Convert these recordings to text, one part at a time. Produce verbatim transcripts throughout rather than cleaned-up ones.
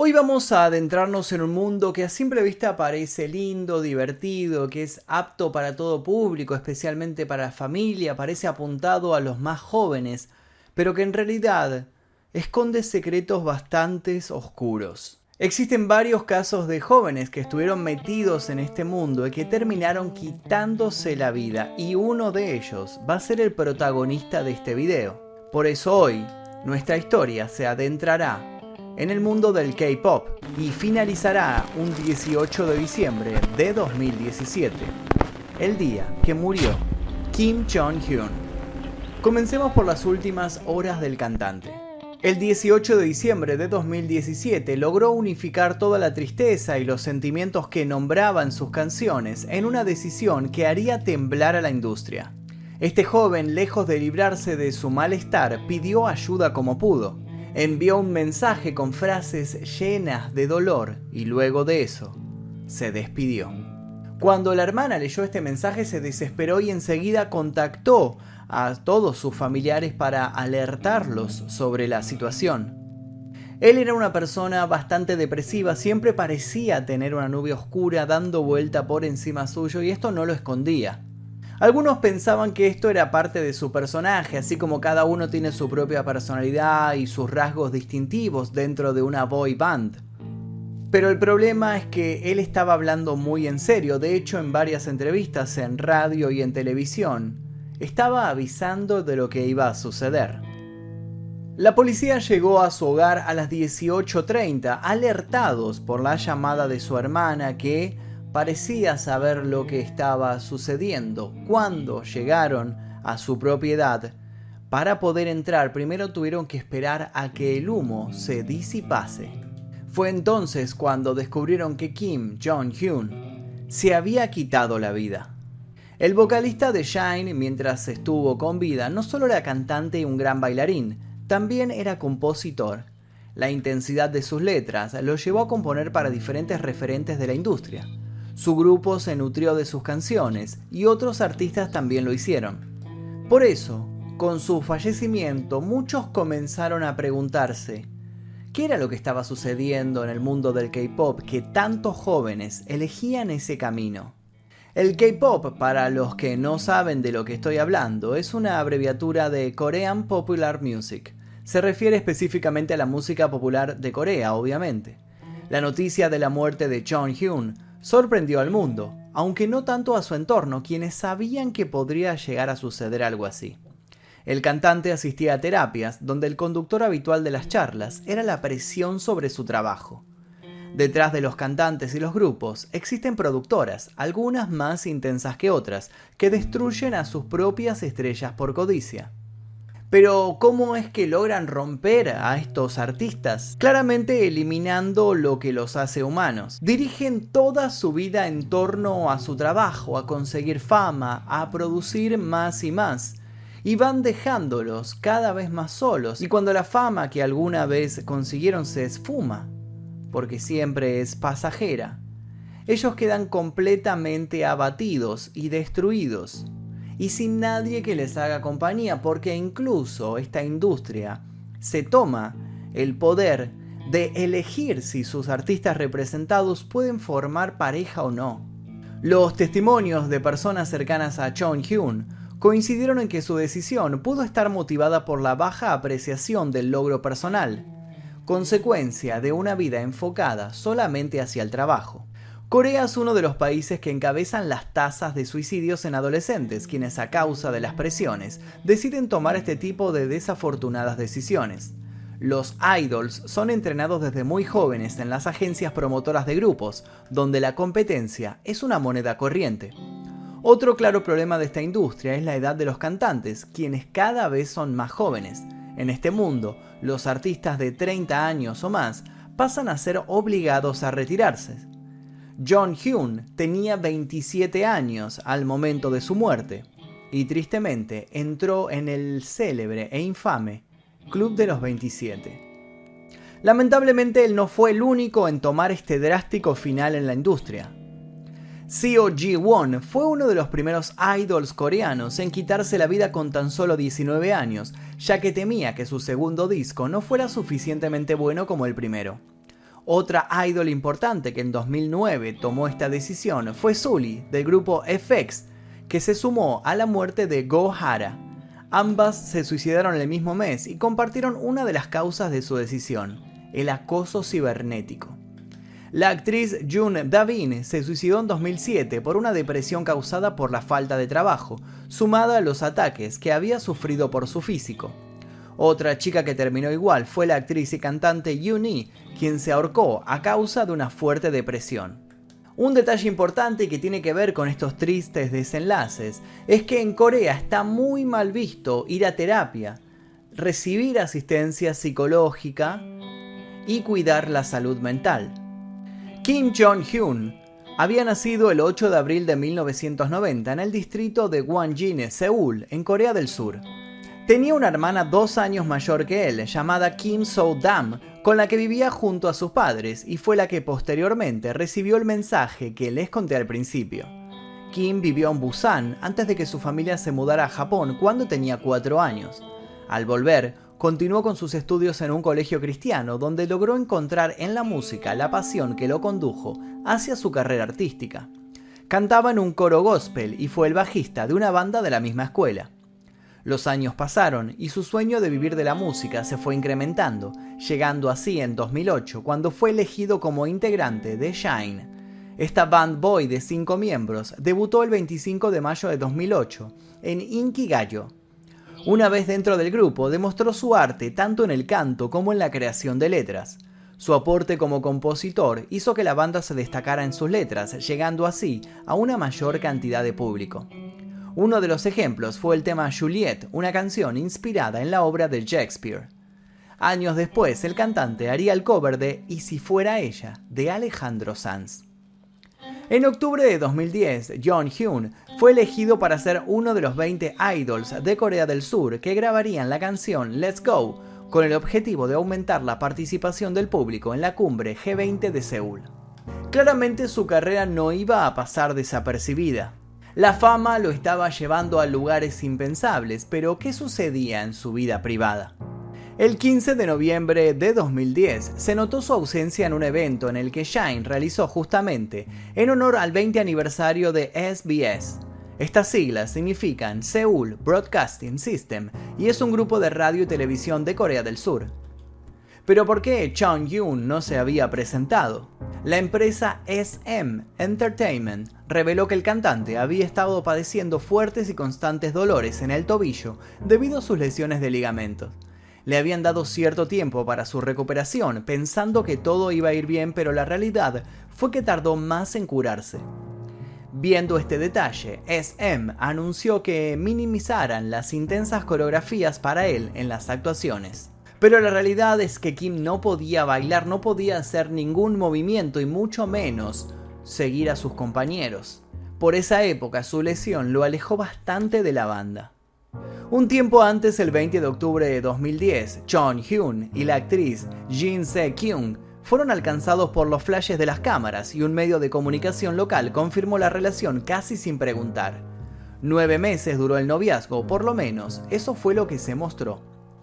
Hoy vamos a adentrarnos en un mundo que a simple vista parece lindo, divertido, que es apto para todo público, especialmente para la familia, parece apuntado a los más jóvenes, pero que en realidad esconde secretos bastante oscuros. Existen varios casos de jóvenes que estuvieron metidos en este mundo y que terminaron quitándose la vida, y uno de ellos va a ser el protagonista de este video. Por eso hoy, nuestra historia se adentrará en el mundo del K-pop y finalizará un dieciocho de diciembre de dos mil diecisiete, el día que murió Kim Jong-hyun. Comencemos por las últimas horas del cantante. El dieciocho de diciembre de dos mil diecisiete logró unificar toda la tristeza y los sentimientos que nombraban sus canciones en una decisión que haría temblar a la industria. Este joven, lejos de librarse de su malestar, pidió ayuda como pudo. Envió un mensaje con frases llenas de dolor y luego de eso se despidió. Cuando la hermana leyó este mensaje se desesperó y enseguida contactó a todos sus familiares para alertarlos sobre la situación. Él era una persona bastante depresiva, siempre parecía tener una nube oscura dando vuelta por encima suyo y esto no lo escondía. Algunos pensaban que esto era parte de su personaje, así como cada uno tiene su propia personalidad y sus rasgos distintivos dentro de una boy band. Pero el problema es que él estaba hablando muy en serio. De hecho, en varias entrevistas en radio y en televisión, estaba avisando de lo que iba a suceder. La policía llegó a su hogar a las dieciocho treinta, alertados por la llamada de su hermana que parecía saber lo que estaba sucediendo. Cuando llegaron a su propiedad, para poder entrar, primero tuvieron que esperar a que el humo se disipase. Fue entonces cuando descubrieron que Kim Jong-hyun se había quitado la vida. El vocalista de Shine, mientras estuvo con vida, no solo era cantante y un gran bailarín, también era compositor. La intensidad de sus letras lo llevó a componer para diferentes referentes de la industria. Su grupo se nutrió de sus canciones y otros artistas también lo hicieron. Por eso, con su fallecimiento, muchos comenzaron a preguntarse ¿qué era lo que estaba sucediendo en el mundo del K-pop que tantos jóvenes elegían ese camino? El K-pop, para los que no saben de lo que estoy hablando, es una abreviatura de Korean Popular Music. Se refiere específicamente a la música popular de Corea, obviamente. La noticia de la muerte de Jong-hyun sorprendió al mundo, aunque no tanto a su entorno, quienes sabían que podría llegar a suceder algo así. El cantante asistía a terapias, donde el conductor habitual de las charlas era la presión sobre su trabajo. Detrás de los cantantes y los grupos existen productoras, algunas más intensas que otras, que destruyen a sus propias estrellas por codicia. Pero, ¿cómo es que logran romper a estos artistas? Claramente eliminando lo que los hace humanos. Dirigen toda su vida en torno a su trabajo, a conseguir fama, a producir más y más. Y van dejándolos cada vez más solos. Y cuando la fama que alguna vez consiguieron se esfuma, porque siempre es pasajera, ellos quedan completamente abatidos y destruidos. Y sin nadie que les haga compañía, porque incluso esta industria se toma el poder de elegir si sus artistas representados pueden formar pareja o no. Los testimonios de personas cercanas a Jong-hyun coincidieron en que su decisión pudo estar motivada por la baja apreciación del logro personal, consecuencia de una vida enfocada solamente hacia el trabajo. Corea es uno de los países que encabezan las tasas de suicidios en adolescentes, quienes a causa de las presiones deciden tomar este tipo de desafortunadas decisiones. Los idols son entrenados desde muy jóvenes en las agencias promotoras de grupos, donde la competencia es una moneda corriente. Otro claro problema de esta industria es la edad de los cantantes, quienes cada vez son más jóvenes. En este mundo, los artistas de treinta años o más pasan a ser obligados a retirarse. Jong-hyun tenía veintisiete años al momento de su muerte y tristemente entró en el célebre e infame Club de los veintisiete. Lamentablemente él no fue el único en tomar este drástico final en la industria. Seo Ji-won fue uno de los primeros idols coreanos en quitarse la vida con tan solo diecinueve años, ya que temía que su segundo disco no fuera suficientemente bueno como el primero. Otra idol importante que en dos mil nueve tomó esta decisión fue Sulli, del grupo F X, que se sumó a la muerte de Go Hara. Ambas se suicidaron el mismo mes y compartieron una de las causas de su decisión: el acoso cibernético. La actriz June Davin se suicidó en dos mil siete por una depresión causada por la falta de trabajo, sumada a los ataques que había sufrido por su físico. Otra chica que terminó igual fue la actriz y cantante Yoon-hee, quien se ahorcó a causa de una fuerte depresión. Un detalle importante que tiene que ver con estos tristes desenlaces es que en Corea está muy mal visto ir a terapia, recibir asistencia psicológica y cuidar la salud mental. Kim Jong-hyun había nacido el ocho de abril de mil novecientos noventa en el distrito de Gwangjin, Seúl, en Corea del Sur. Tenía una hermana dos años mayor que él, llamada Kim So-dam, con la que vivía junto a sus padres y fue la que posteriormente recibió el mensaje que les conté al principio. Kim vivió en Busan antes de que su familia se mudara a Japón cuando tenía cuatro años. Al volver, continuó con sus estudios en un colegio cristiano donde logró encontrar en la música la pasión que lo condujo hacia su carrera artística. Cantaba en un coro gospel y fue el bajista de una banda de la misma escuela. Los años pasaron y su sueño de vivir de la música se fue incrementando, llegando así en dos mil ocho cuando fue elegido como integrante de Shine. Esta band boy de cinco miembros debutó el veinticinco de mayo de dos mil ocho en Inkigayo. Una vez dentro del grupo, demostró su arte tanto en el canto como en la creación de letras. Su aporte como compositor hizo que la banda se destacara en sus letras, llegando así a una mayor cantidad de público. Uno de los ejemplos fue el tema Juliet, una canción inspirada en la obra de Shakespeare. Años después, el cantante haría el cover de Y si fuera ella, de Alejandro Sanz. En octubre de dos mil diez, Jonghyun fue elegido para ser uno de los veinte idols de Corea del Sur que grabarían la canción Let's Go, con el objetivo de aumentar la participación del público en la cumbre G veinte de Seúl. Claramente su carrera no iba a pasar desapercibida. La fama lo estaba llevando a lugares impensables, pero ¿qué sucedía en su vida privada? El quince de noviembre de dos mil diez se notó su ausencia en un evento en el que Shine realizó justamente en honor al veinte aniversario de S B S. Estas siglas significan Seoul Broadcasting System y es un grupo de radio y televisión de Corea del Sur. ¿Pero por qué Jonghyun no se había presentado? La empresa S M Entertainment reveló que el cantante había estado padeciendo fuertes y constantes dolores en el tobillo debido a sus lesiones de ligamentos. Le habían dado cierto tiempo para su recuperación, pensando que todo iba a ir bien, pero la realidad fue que tardó más en curarse. Viendo este detalle, S M anunció que minimizaran las intensas coreografías para él en las actuaciones. Pero la realidad es que Kim no podía bailar, no podía hacer ningún movimiento y mucho menos seguir a sus compañeros. Por esa época su lesión lo alejó bastante de la banda. Un tiempo antes, el veinte de octubre de dos mil diez, Jonghyun y la actriz Jin Se-kyung fueron alcanzados por los flashes de las cámaras y un medio de comunicación local confirmó la relación casi sin preguntar. Nueve meses duró el noviazgo, por lo menos, eso fue lo que se mostró.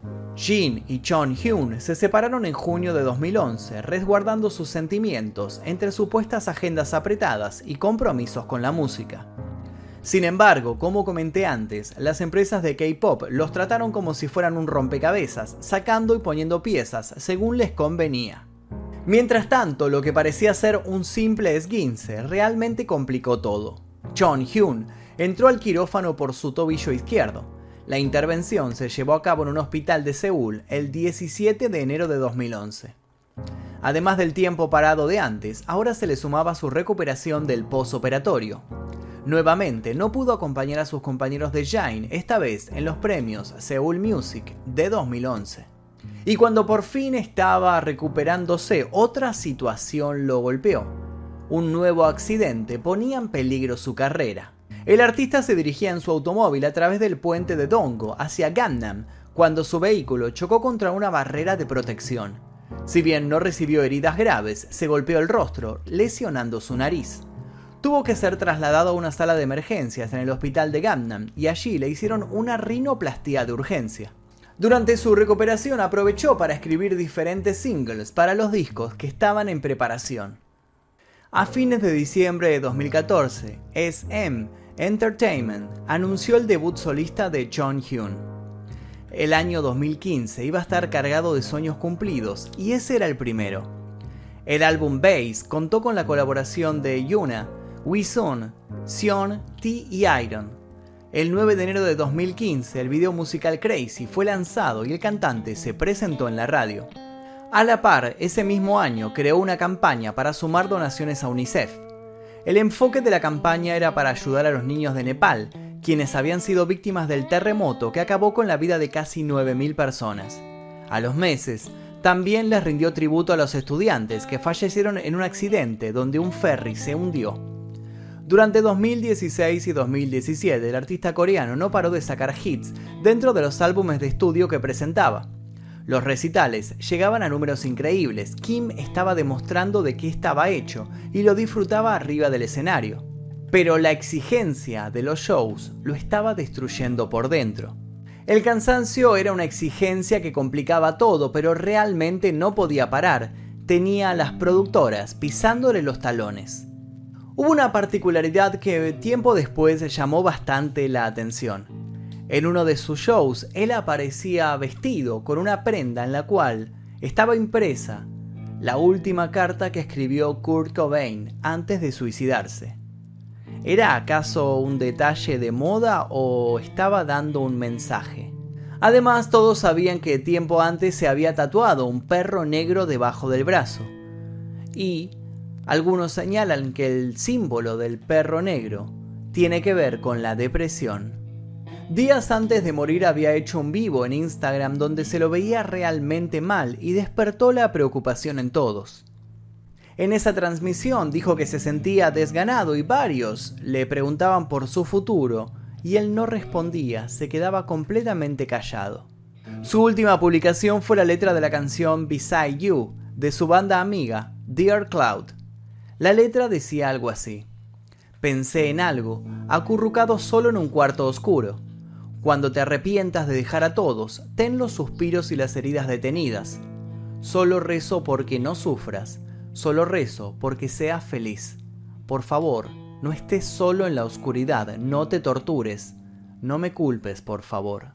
Jin y Jonghyun se separaron en junio de dos mil once, resguardando sus sentimientos entre supuestas agendas apretadas y compromisos con la música. Sin embargo, como comenté antes, las empresas de K-pop los trataron como si fueran un rompecabezas, sacando y poniendo piezas según les convenía. Mientras tanto, lo que parecía ser un simple esguince realmente complicó todo. Jonghyun entró al quirófano por su tobillo izquierdo. La intervención se llevó a cabo en un hospital de Seúl el diecisiete de enero de dos mil once. Además del tiempo parado de antes, ahora se le sumaba su recuperación del posoperatorio. Nuevamente, no pudo acompañar a sus compañeros de Shine, esta vez en los premios Seoul Music de dos mil once. Y cuando por fin estaba recuperándose, otra situación lo golpeó. Un nuevo accidente ponía en peligro su carrera. El artista se dirigía en su automóvil a través del puente de Donggo hacia Gangnam, cuando su vehículo chocó contra una barrera de protección. Si bien no recibió heridas graves, se golpeó el rostro, lesionando su nariz. Tuvo que ser trasladado a una sala de emergencias en el hospital de Gangnam y allí le hicieron una rinoplastia de urgencia. Durante su recuperación aprovechó para escribir diferentes singles para los discos que estaban en preparación. A fines de diciembre de dos mil catorce, S M Entertainment anunció el debut solista de Jonghyun. El año dos mil quince iba a estar cargado de sueños cumplidos y ese era el primero. El álbum Base contó con la colaboración de Yuna, Wheesun, Sion, T y Iron. El nueve de enero de dos mil quince, el video musical Crazy fue lanzado y el cantante se presentó en la radio. A la par, ese mismo año creó una campaña para sumar donaciones a UNICEF. El enfoque de la campaña era para ayudar a los niños de Nepal, quienes habían sido víctimas del terremoto que acabó con la vida de casi nueve mil personas. A los meses, también les rindió tributo a los estudiantes que fallecieron en un accidente donde un ferry se hundió. Durante dos mil dieciséis y dos mil diecisiete, el artista coreano no paró de sacar hits dentro de los álbumes de estudio que presentaba. Los recitales llegaban a números increíbles. Kim estaba demostrando de qué estaba hecho y lo disfrutaba arriba del escenario. Pero la exigencia de los shows lo estaba destruyendo por dentro. El cansancio era una exigencia que complicaba todo, pero realmente no podía parar. Tenía a las productoras pisándole los talones. Hubo una particularidad que tiempo después llamó bastante la atención. En uno de sus shows, él aparecía vestido con una prenda en la cual estaba impresa la última carta que escribió Kurt Cobain antes de suicidarse. ¿Era acaso un detalle de moda o estaba dando un mensaje? Además, todos sabían que tiempo antes se había tatuado un perro negro debajo del brazo. Y algunos señalan que el símbolo del perro negro tiene que ver con la depresión. Días antes de morir había hecho un vivo en Instagram donde se lo veía realmente mal y despertó la preocupación en todos. En esa transmisión dijo que se sentía desganado y varios le preguntaban por su futuro y él no respondía, se quedaba completamente callado. Su última publicación fue la letra de la canción Beside You de su banda amiga Dear Cloud. La letra decía algo así: pensé en algo, acurrucado solo en un cuarto oscuro. Cuando te arrepientas de dejar a todos, ten los suspiros y las heridas detenidas. Solo rezo porque no sufras, solo rezo porque seas feliz. Por favor, no estés solo en la oscuridad, no te tortures, no me culpes, por favor.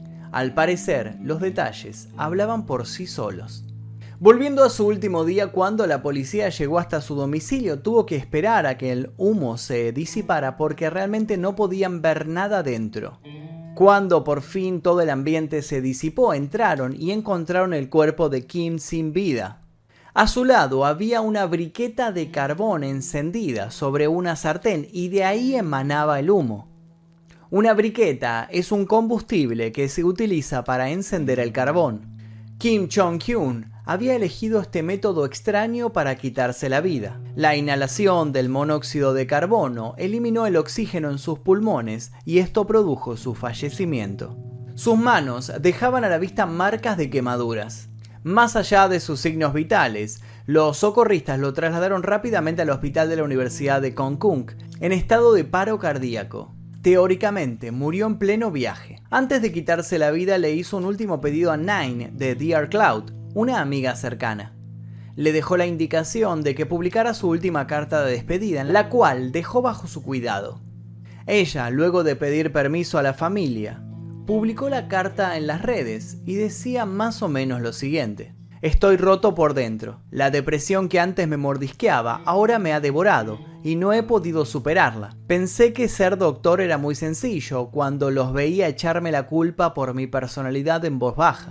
Al parecer, los detalles hablaban por sí solos. Volviendo a su último día, cuando la policía llegó hasta su domicilio, tuvo que esperar a que el humo se disipara porque realmente no podían ver nada dentro. Cuando por fin todo el ambiente se disipó, entraron y encontraron el cuerpo de Kim sin vida. A su lado había una briqueta de carbón encendida sobre una sartén y de ahí emanaba el humo. Una briqueta es un combustible que se utiliza para encender el carbón. Kim Jong-hyun había elegido este método extraño para quitarse la vida. La inhalación del monóxido de carbono eliminó el oxígeno en sus pulmones y esto produjo su fallecimiento. Sus manos dejaban a la vista marcas de quemaduras. Más allá de sus signos vitales, los socorristas lo trasladaron rápidamente al hospital de la Universidad de Konkuk en estado de paro cardíaco. Teóricamente, murió en pleno viaje. Antes de quitarse la vida, le hizo un último pedido a Nine de Dear Cloud, una amiga cercana. Le dejó la indicación de que publicara su última carta de despedida, en la cual dejó bajo su cuidado. Ella, luego de pedir permiso a la familia, publicó la carta en las redes y decía más o menos lo siguiente: estoy roto por dentro. La depresión que antes me mordisqueaba ahora me ha devorado y no he podido superarla. Pensé que ser doctor era muy sencillo cuando los veía echarme la culpa por mi personalidad en voz baja.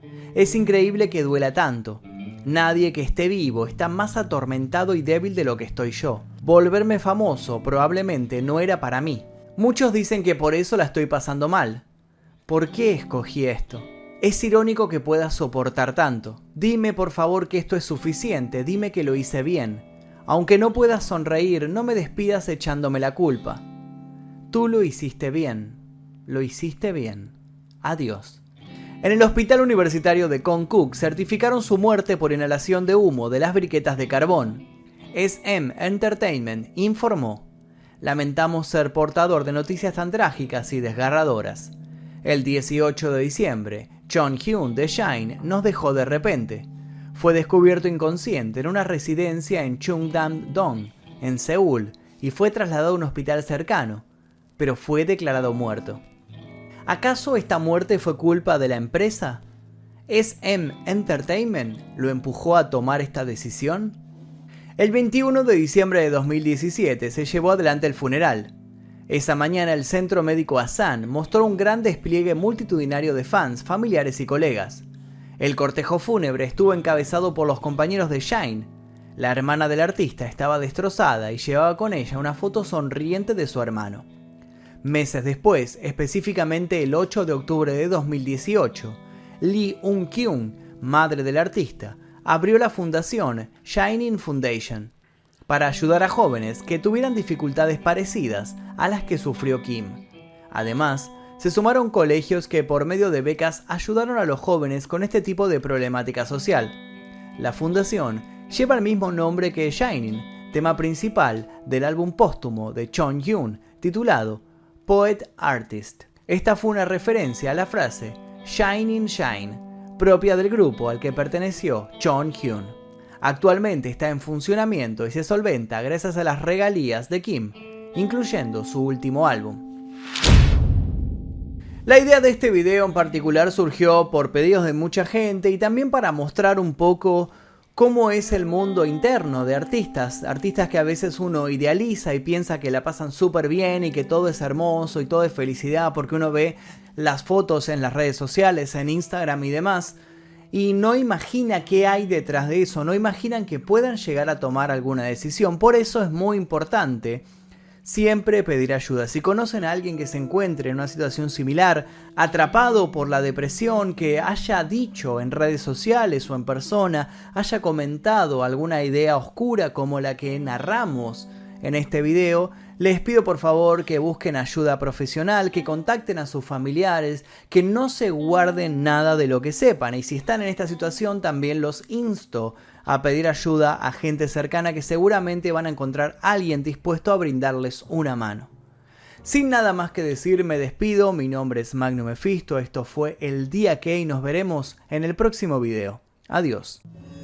Es increíble que duela tanto. Nadie que esté vivo está más atormentado y débil de lo que estoy yo. Volverme famoso probablemente no era para mí. Muchos dicen que por eso la estoy pasando mal. ¿Por qué escogí esto? Es irónico que puedas soportar tanto. Dime por favor que esto es suficiente, dime que lo hice bien. Aunque no puedas sonreír, no me despidas echándome la culpa. Tú lo hiciste bien. Lo hiciste bien. Adiós. En el hospital universitario de Konkuk certificaron su muerte por inhalación de humo de las briquetas de carbón. S M Entertainment informó: lamentamos ser portador de noticias tan trágicas y desgarradoras. El dieciocho de diciembre, Chon Hyun de Shine nos dejó de repente. Fue descubierto inconsciente en una residencia en Chungdam-dong, en Seúl, y fue trasladado a un hospital cercano, pero fue declarado muerto. ¿Acaso esta muerte fue culpa de la empresa? ¿S M Entertainment lo empujó a tomar esta decisión? El veintiuno de diciembre de dos mil diecisiete se llevó adelante el funeral. Esa mañana el Centro Médico Asan mostró un gran despliegue multitudinario de fans, familiares y colegas. El cortejo fúnebre estuvo encabezado por los compañeros de Shine. La hermana del artista estaba destrozada y llevaba con ella una foto sonriente de su hermano. Meses después, específicamente el ocho de octubre de dos mil dieciocho, Lee Eun-kyung, madre del artista, abrió la fundación Shining Foundation para ayudar a jóvenes que tuvieran dificultades parecidas a las que sufrió Kim. Además, se sumaron colegios que por medio de becas ayudaron a los jóvenes con este tipo de problemática social. La fundación lleva el mismo nombre que Shining, tema principal del álbum póstumo de Chon Hyun, titulado Poet Artist. Esta fue una referencia a la frase Shining Shine, propia del grupo al que perteneció Chon Hyun. Actualmente está en funcionamiento y se solventa gracias a las regalías de Kim, incluyendo su último álbum. La idea de este video en particular surgió por pedidos de mucha gente y también para mostrar un poco cómo es el mundo interno de artistas, artistas que a veces uno idealiza y piensa que la pasan súper bien y que todo es hermoso y todo es felicidad porque uno ve las fotos en las redes sociales, en Instagram y demás, y no imagina qué hay detrás de eso, no imaginan que puedan llegar a tomar alguna decisión. Por eso es muy importante siempre pedir ayuda. Si conocen a alguien que se encuentre en una situación similar, atrapado por la depresión, que haya dicho en redes sociales o en persona, haya comentado alguna idea oscura como la que narramos en este video, les pido por favor que busquen ayuda profesional, que contacten a sus familiares, que no se guarden nada de lo que sepan. Y si están en esta situación, también los insto a pedir ayuda a gente cercana que seguramente van a encontrar a alguien dispuesto a brindarles una mano. Sin nada más que decir, me despido. Mi nombre es Magnum Mephisto. Esto fue El Día Que y nos veremos en el próximo video. Adiós.